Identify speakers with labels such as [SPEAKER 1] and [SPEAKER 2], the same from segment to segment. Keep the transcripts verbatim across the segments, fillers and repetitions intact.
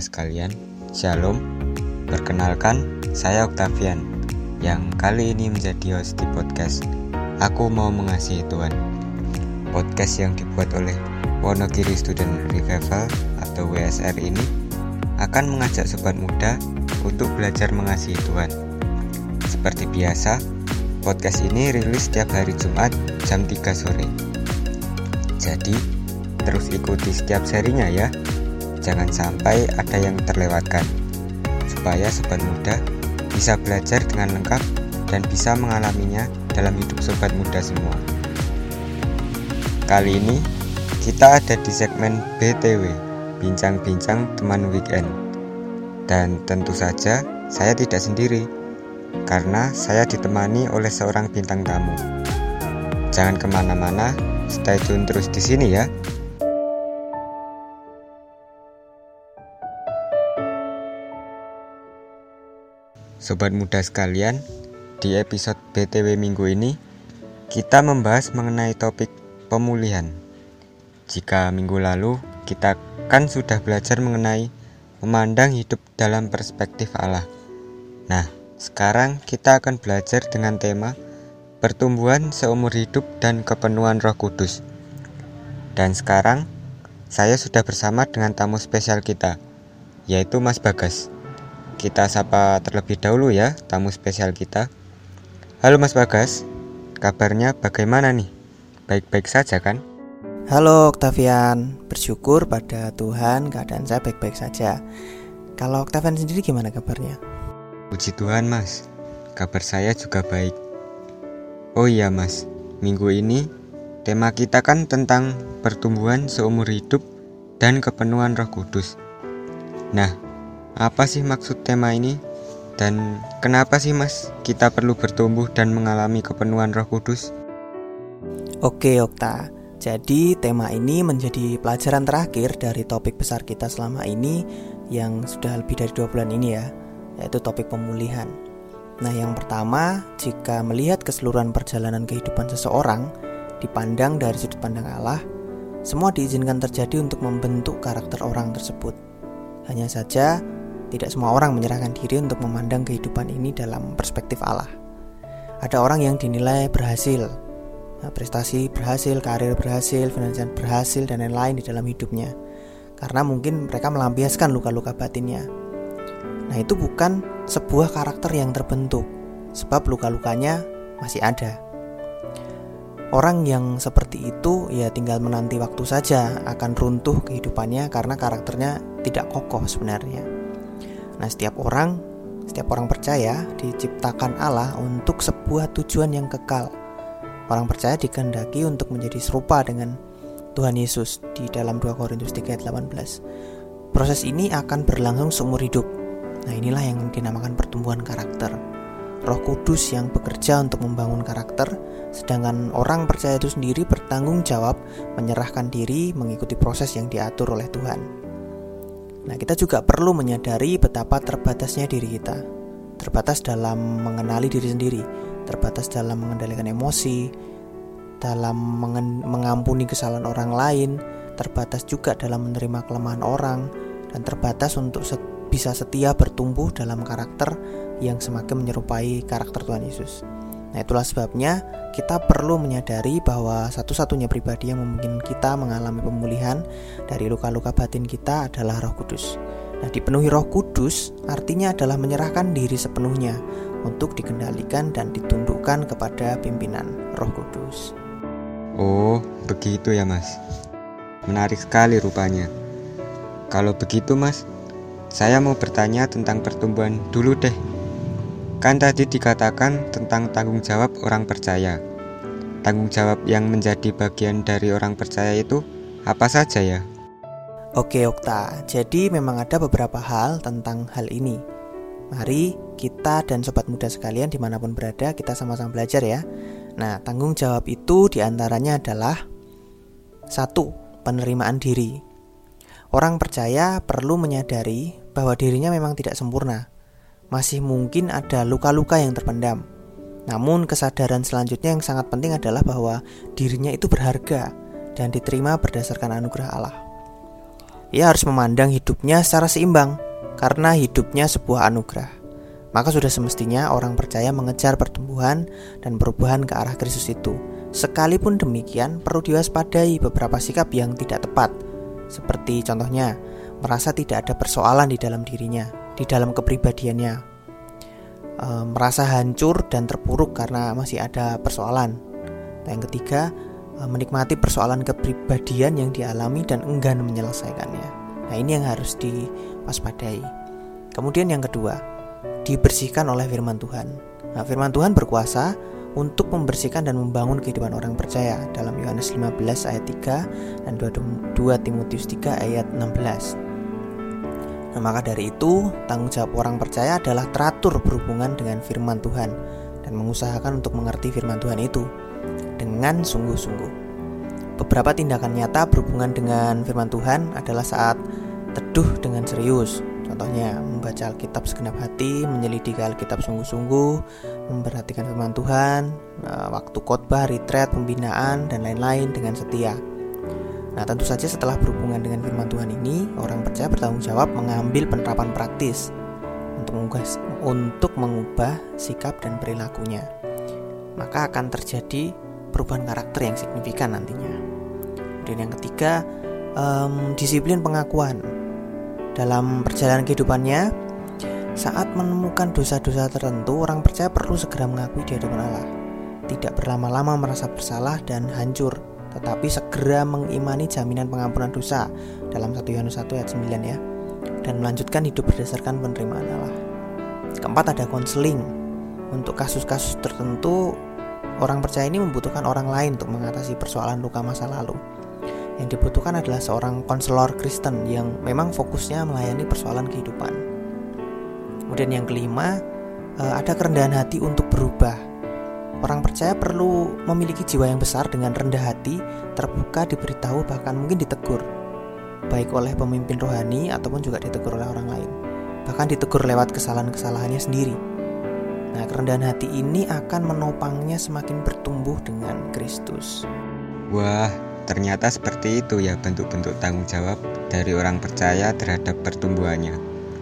[SPEAKER 1] sekalian, Shalom. Perkenalkan, saya Octavian yang kali ini menjadi host di podcast Aku Mau Mengasihi Tuhan. Podcast yang dibuat oleh Wonogiri Student Revival atau W S R ini akan mengajak sobat muda untuk belajar mengasihi Tuhan. Seperti biasa, podcast ini rilis setiap hari Jumat jam tiga sore. Jadi, terus ikuti setiap serinya ya. Jangan sampai ada yang terlewatkan, supaya sobat muda bisa belajar dengan lengkap dan bisa mengalaminya dalam hidup sobat muda semua. Kali ini kita ada di segmen B T W, Bincang-bincang Teman Weekend. Dan tentu saja saya tidak sendiri, karena saya ditemani oleh seorang bintang tamu. Jangan kemana-mana, stay tune terus di sini ya. Sobat muda sekalian, di episode B T W minggu ini kita membahas mengenai topik pemulihan. Jika minggu lalu kita kan sudah belajar mengenai memandang hidup dalam perspektif Allah. Nah, sekarang kita akan belajar dengan tema pertumbuhan seumur hidup dan kepenuhan Roh Kudus. Dan sekarang saya sudah bersama dengan tamu spesial kita, yaitu Mas Bagas. Kita sapa terlebih dahulu ya tamu spesial kita. Halo Mas Bagas, kabarnya bagaimana nih? Baik-baik saja kan?
[SPEAKER 2] Halo Octavian, bersyukur pada Tuhan keadaan saya baik-baik saja. Kalau Octavian sendiri gimana kabarnya?
[SPEAKER 1] Puji Tuhan Mas, kabar saya juga baik. Oh iya Mas, minggu ini tema kita kan tentang pertumbuhan seumur hidup dan kepenuhan Roh Kudus. Nah, apa sih maksud tema ini? Dan kenapa sih Mas kita perlu bertumbuh dan mengalami kepenuhan Roh Kudus?
[SPEAKER 2] Oke Okta, jadi tema ini menjadi pelajaran terakhir dari topik besar kita selama ini yang sudah lebih dari dua bulan ini ya, yaitu topik pemulihan. Nah, yang pertama, jika melihat keseluruhan perjalanan kehidupan seseorang dipandang dari sudut pandang Allah, semua diizinkan terjadi untuk membentuk karakter orang tersebut. Hanya saja, tidak semua orang menyerahkan diri untuk memandang kehidupan ini dalam perspektif Allah. Ada orang yang dinilai berhasil, nah, prestasi berhasil, karir berhasil, finansial berhasil, dan lain-lain di dalam hidupnya, karena mungkin mereka melampiaskan luka-luka batinnya. Nah, itu bukan sebuah karakter yang terbentuk, sebab luka-lukanya masih ada. Orang yang seperti itu ya tinggal menanti waktu saja akan runtuh kehidupannya karena karakternya tidak kokoh sebenarnya. Nah, setiap orang, setiap orang percaya diciptakan Allah untuk sebuah tujuan yang kekal. Orang percaya dikehendaki untuk menjadi serupa dengan Tuhan Yesus di dalam dua Korintus tiga ayat delapan belas. Proses ini akan berlangsung seumur hidup. Nah, inilah yang dinamakan pertumbuhan karakter. Roh Kudus yang bekerja untuk membangun karakter, sedangkan orang percaya itu sendiri bertanggung jawab menyerahkan diri mengikuti proses yang diatur oleh Tuhan. Nah, kita juga perlu menyadari betapa terbatasnya diri kita. Terbatas dalam mengenali diri sendiri, terbatas dalam mengendalikan emosi, dalam mengen- mengampuni kesalahan orang lain, terbatas juga dalam menerima kelemahan orang, dan terbatas untuk set- bisa setia bertumbuh dalam karakter yang semakin menyerupai karakter Tuhan Yesus. Nah, itulah sebabnya kita perlu menyadari bahwa satu-satunya pribadi yang memungkinkan kita mengalami pemulihan dari luka-luka batin kita adalah Roh Kudus. Nah, dipenuhi Roh Kudus artinya adalah menyerahkan diri sepenuhnya untuk dikendalikan dan ditundukkan kepada pimpinan Roh Kudus.
[SPEAKER 1] Oh, begitu ya Mas. Menarik sekali rupanya. Kalau begitu Mas, saya mau bertanya tentang pertumbuhan dulu deh. Kan tadi dikatakan tentang tanggung jawab orang percaya. Tanggung jawab yang menjadi bagian dari orang percaya itu apa saja ya?
[SPEAKER 2] Oke Okta, jadi memang ada beberapa hal tentang hal ini. Mari kita dan sobat muda sekalian dimanapun berada, kita sama-sama belajar ya. Nah, tanggung jawab itu diantaranya adalah satu, penerimaan diri. Orang percaya perlu menyadari bahwa dirinya memang tidak sempurna. Masih mungkin ada luka-luka yang terpendam. Namun kesadaran selanjutnya yang sangat penting adalah bahwa dirinya itu berharga dan diterima berdasarkan anugerah Allah. ia harus memandang hidupnya secara seimbang, karena hidupnya sebuah anugerah. Maka sudah semestinya orang percaya mengejar pertumbuhan dan perubahan ke arah Kristus itu. Sekalipun demikian, perlu diwaspadai beberapa sikap yang tidak tepat, seperti contohnya merasa tidak ada persoalan di dalam dirinya, di dalam kepribadiannya, e, merasa hancur dan terpuruk karena masih ada persoalan. Dan yang ketiga, e, menikmati persoalan kepribadian yang dialami dan enggan menyelesaikannya. Nah, ini yang harus diwaspadai. Kemudian yang kedua, dibersihkan oleh firman Tuhan. Nah, firman Tuhan berkuasa untuk membersihkan dan membangun kehidupan orang percaya dalam Yohanes lima belas ayat tiga dan dua Timotius tiga ayat enam belas. Nah, maka dari itu, tanggung jawab orang percaya adalah teratur berhubungan dengan firman Tuhan dan mengusahakan untuk mengerti firman Tuhan itu dengan sungguh-sungguh. Beberapa tindakan nyata berhubungan dengan firman Tuhan adalah saat teduh dengan serius. Contohnya, membaca Alkitab segenap hati, menyelidiki Alkitab sungguh-sungguh, memperhatikan firman Tuhan, waktu khotbah, retreat, pembinaan, dan lain-lain dengan setia. Nah, tentu saja setelah berhubungan dengan firman Tuhan ini, orang percaya bertanggung jawab mengambil penerapan praktis untuk mengubah, untuk mengubah sikap dan perilakunya. Maka akan terjadi perubahan karakter yang signifikan nantinya. Dan yang ketiga, um, disiplin pengakuan. Dalam perjalanan kehidupannya, saat menemukan dosa-dosa tertentu, orang percaya perlu segera mengakui di hadapan Allah. Tidak berlama-lama merasa bersalah dan hancur, tetapi segera mengimani jaminan pengampunan dosa dalam satu Yohanes satu ayat sembilan ya, dan melanjutkan hidup berdasarkan penerimaan Allah. Keempat, ada konseling. Untuk kasus-kasus tertentu, orang percaya ini membutuhkan orang lain untuk mengatasi persoalan luka masa lalu. Yang dibutuhkan adalah seorang konselor Kristen yang memang fokusnya melayani persoalan kehidupan. Kemudian yang kelima, ada kerendahan hati untuk berubah. Orang percaya perlu memiliki jiwa yang besar dengan rendah hati, terbuka, diberitahu, bahkan mungkin ditegur, baik oleh pemimpin rohani ataupun juga ditegur oleh orang lain, bahkan ditegur lewat kesalahan-kesalahannya sendiri. Nah, kerendahan hati ini akan menopangnya semakin bertumbuh dengan Kristus.
[SPEAKER 1] Wah, ternyata seperti itu ya bentuk-bentuk tanggung jawab dari orang percaya terhadap pertumbuhannya.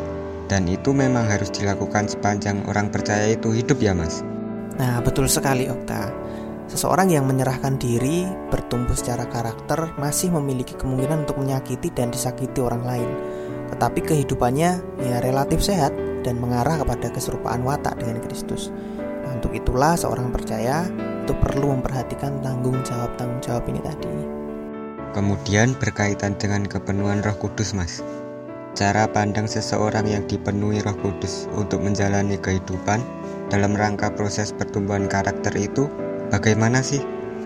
[SPEAKER 1] Dan itu memang harus dilakukan sepanjang orang percaya itu hidup ya, Mas?
[SPEAKER 2] Nah, betul sekali, Okta. Seseorang yang menyerahkan diri, bertumbuh secara karakter, masih memiliki kemungkinan untuk menyakiti dan disakiti orang lain. Tetapi kehidupannya ya relatif sehat dan mengarah kepada keserupaan watak dengan Kristus. Nah, untuk itulah seorang percaya itu perlu memperhatikan tanggung jawab-tanggung jawab ini tadi.
[SPEAKER 1] Kemudian berkaitan dengan kepenuhan Roh Kudus, Mas. Cara pandang seseorang yang dipenuhi Roh Kudus untuk menjalani kehidupan dalam rangka proses pertumbuhan karakter itu bagaimana sih?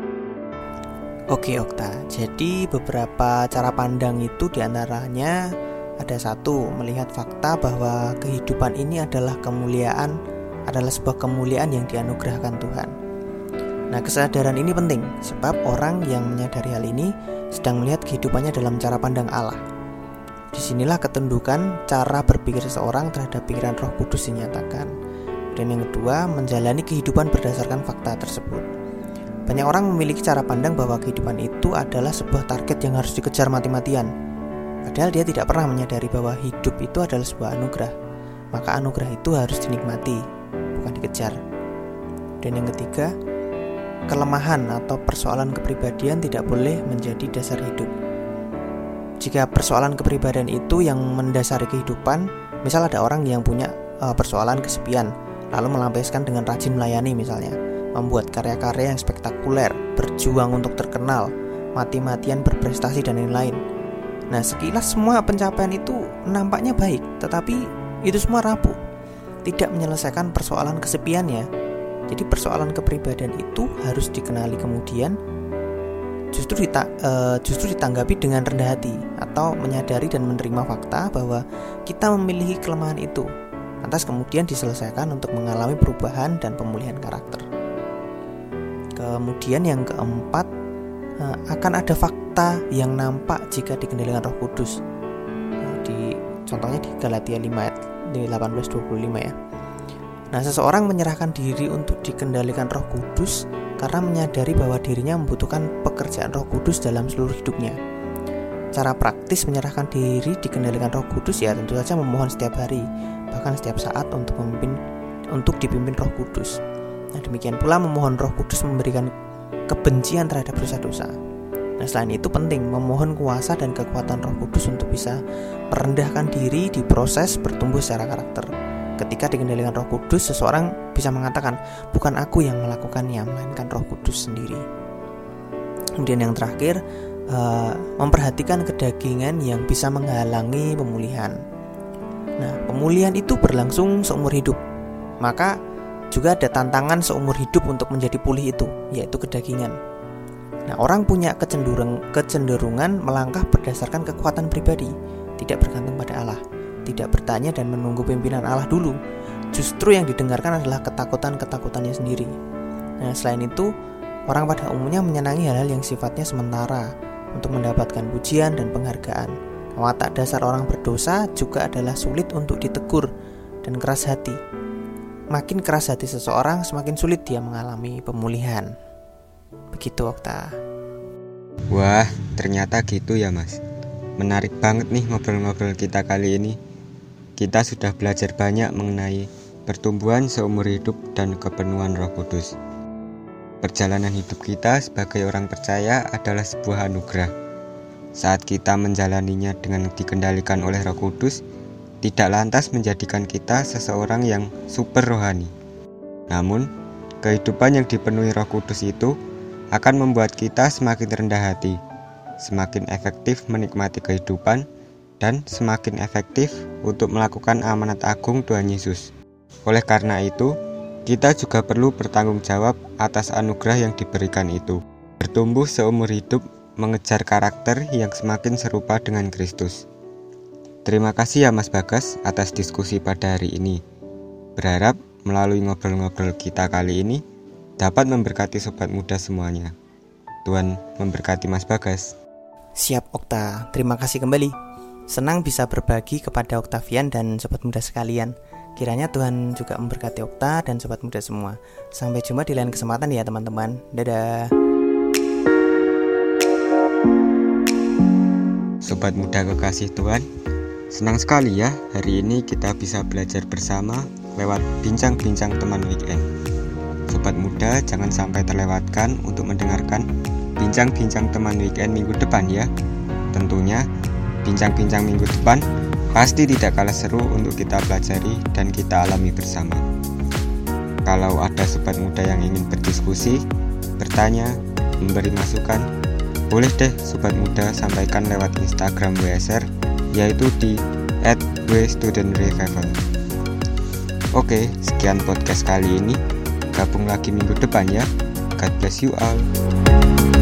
[SPEAKER 2] Oke, Okta. Jadi beberapa cara pandang itu diantaranya ada satu, melihat fakta bahwa kehidupan ini adalah kemuliaan, adalah sebuah kemuliaan yang dianugerahkan Tuhan. Nah, kesadaran ini penting sebab orang yang menyadari hal ini sedang melihat kehidupannya dalam cara pandang Allah. Disinilah ketundukan cara berpikir seseorang terhadap pikiran Roh Kudus dinyatakan. Dan yang kedua, menjalani kehidupan berdasarkan fakta tersebut. Banyak orang memiliki cara pandang bahwa kehidupan itu adalah sebuah target yang harus dikejar mati-matian. Padahal dia tidak pernah menyadari bahwa hidup itu adalah sebuah anugerah. Maka anugerah itu harus dinikmati, bukan dikejar. Dan yang ketiga, kelemahan atau persoalan kepribadian tidak boleh menjadi dasar hidup. Jika persoalan kepribadian itu yang mendasari kehidupan, misal ada orang yang punya uh, persoalan kesepian, lalu melampiaskan dengan rajin melayani misalnya, membuat karya-karya yang spektakuler, berjuang untuk terkenal, mati-matian berprestasi dan lain-lain. Nah, sekilas semua pencapaian itu nampaknya baik, tetapi itu semua rapuh, tidak menyelesaikan persoalan kesepiannya. Jadi persoalan kepribadian itu harus dikenali kemudian justru, dita, uh, justru ditanggapi dengan rendah hati atau menyadari dan menerima fakta bahwa kita memiliki kelemahan itu. Lantas kemudian diselesaikan untuk mengalami perubahan dan pemulihan karakter. Kemudian yang keempat, akan ada fakta yang nampak jika dikendalikan Roh Kudus. Di contohnya di Galatia lima ayat delapan belas dua puluh lima ya. Nah, seseorang menyerahkan diri untuk dikendalikan Roh Kudus karena menyadari bahwa dirinya membutuhkan pekerjaan Roh Kudus dalam seluruh hidupnya. cara praktis menyerahkan diri dikendalikan Roh Kudus ya tentu saja memohon setiap hari, bahkan setiap saat untuk memimpin untuk dipimpin Roh Kudus. Nah, demikian pula memohon Roh Kudus memberikan kebencian terhadap dosa-dosa. Nah, selain itu penting memohon kuasa dan kekuatan Roh Kudus untuk bisa merendahkan diri di proses bertumbuh secara karakter. Ketika dikendalikan Roh Kudus, seseorang bisa mengatakan, bukan aku yang melakukannya, melainkan Roh Kudus sendiri. Kemudian yang terakhir, uh, memperhatikan kedagingan yang bisa menghalangi pemulihan. Nah, pemulihan itu berlangsung seumur hidup. Maka juga ada tantangan seumur hidup untuk menjadi pulih itu, yaitu kedagingan. Nah, orang punya kecenderung, kecenderungan melangkah berdasarkan kekuatan pribadi, tidak bergantung pada Allah, tidak bertanya dan menunggu pimpinan Allah dulu. Justru yang didengarkan adalah ketakutan-ketakutannya sendiri. Nah, selain itu, orang pada umumnya menyenangi hal-hal yang sifatnya sementara untuk mendapatkan pujian dan penghargaan. Watak dasar orang berdosa juga adalah sulit untuk ditegur dan keras hati. Makin keras hati seseorang, semakin sulit dia mengalami pemulihan. Begitu, Okta.
[SPEAKER 1] Wah, ternyata gitu ya, Mas. Menarik banget nih ngobrol-ngobrol kita kali ini. Kita sudah belajar banyak mengenai pertumbuhan seumur hidup dan kepenuhan Roh Kudus. Perjalanan hidup kita sebagai orang percaya adalah sebuah anugerah. Saat kita menjalaninya dengan dikendalikan oleh Roh Kudus, tidak lantas menjadikan kita seseorang yang super rohani. Namun, kehidupan yang dipenuhi Roh Kudus itu akan membuat kita semakin rendah hati, semakin efektif menikmati kehidupan, dan semakin efektif untuk melakukan amanat agung Tuhan Yesus. Oleh karena itu, kita juga perlu bertanggung jawab atas anugerah yang diberikan itu. Bertumbuh seumur hidup mengejar karakter yang semakin serupa dengan Kristus. Terima kasih ya Mas Bagas atas diskusi pada hari ini. Berharap melalui ngobrol-ngobrol kita kali ini dapat memberkati sobat muda semuanya. Tuhan memberkati Mas Bagas.
[SPEAKER 2] Siap Okta, terima kasih kembali. Senang bisa berbagi kepada Oktavian dan sobat muda sekalian. Kiranya Tuhan juga memberkati Okta dan sobat muda semua. Sampai jumpa di lain kesempatan ya teman-teman. Dadah.
[SPEAKER 1] Sobat muda kekasih Tuhan, senang sekali ya hari ini kita bisa belajar bersama lewat bincang-bincang teman weekend. Sobat muda jangan sampai terlewatkan untuk mendengarkan bincang-bincang teman weekend minggu depan ya. Tentunya bincang-bincang minggu depan pasti tidak kalah seru untuk kita pelajari dan kita alami bersama. Kalau ada sobat muda yang ingin berdiskusi, bertanya, memberi masukan, boleh deh sobat muda sampaikan lewat Instagram W S R, yaitu di et w student revival. Oke, sekian podcast kali ini. Gabung lagi minggu depan ya. God bless you all.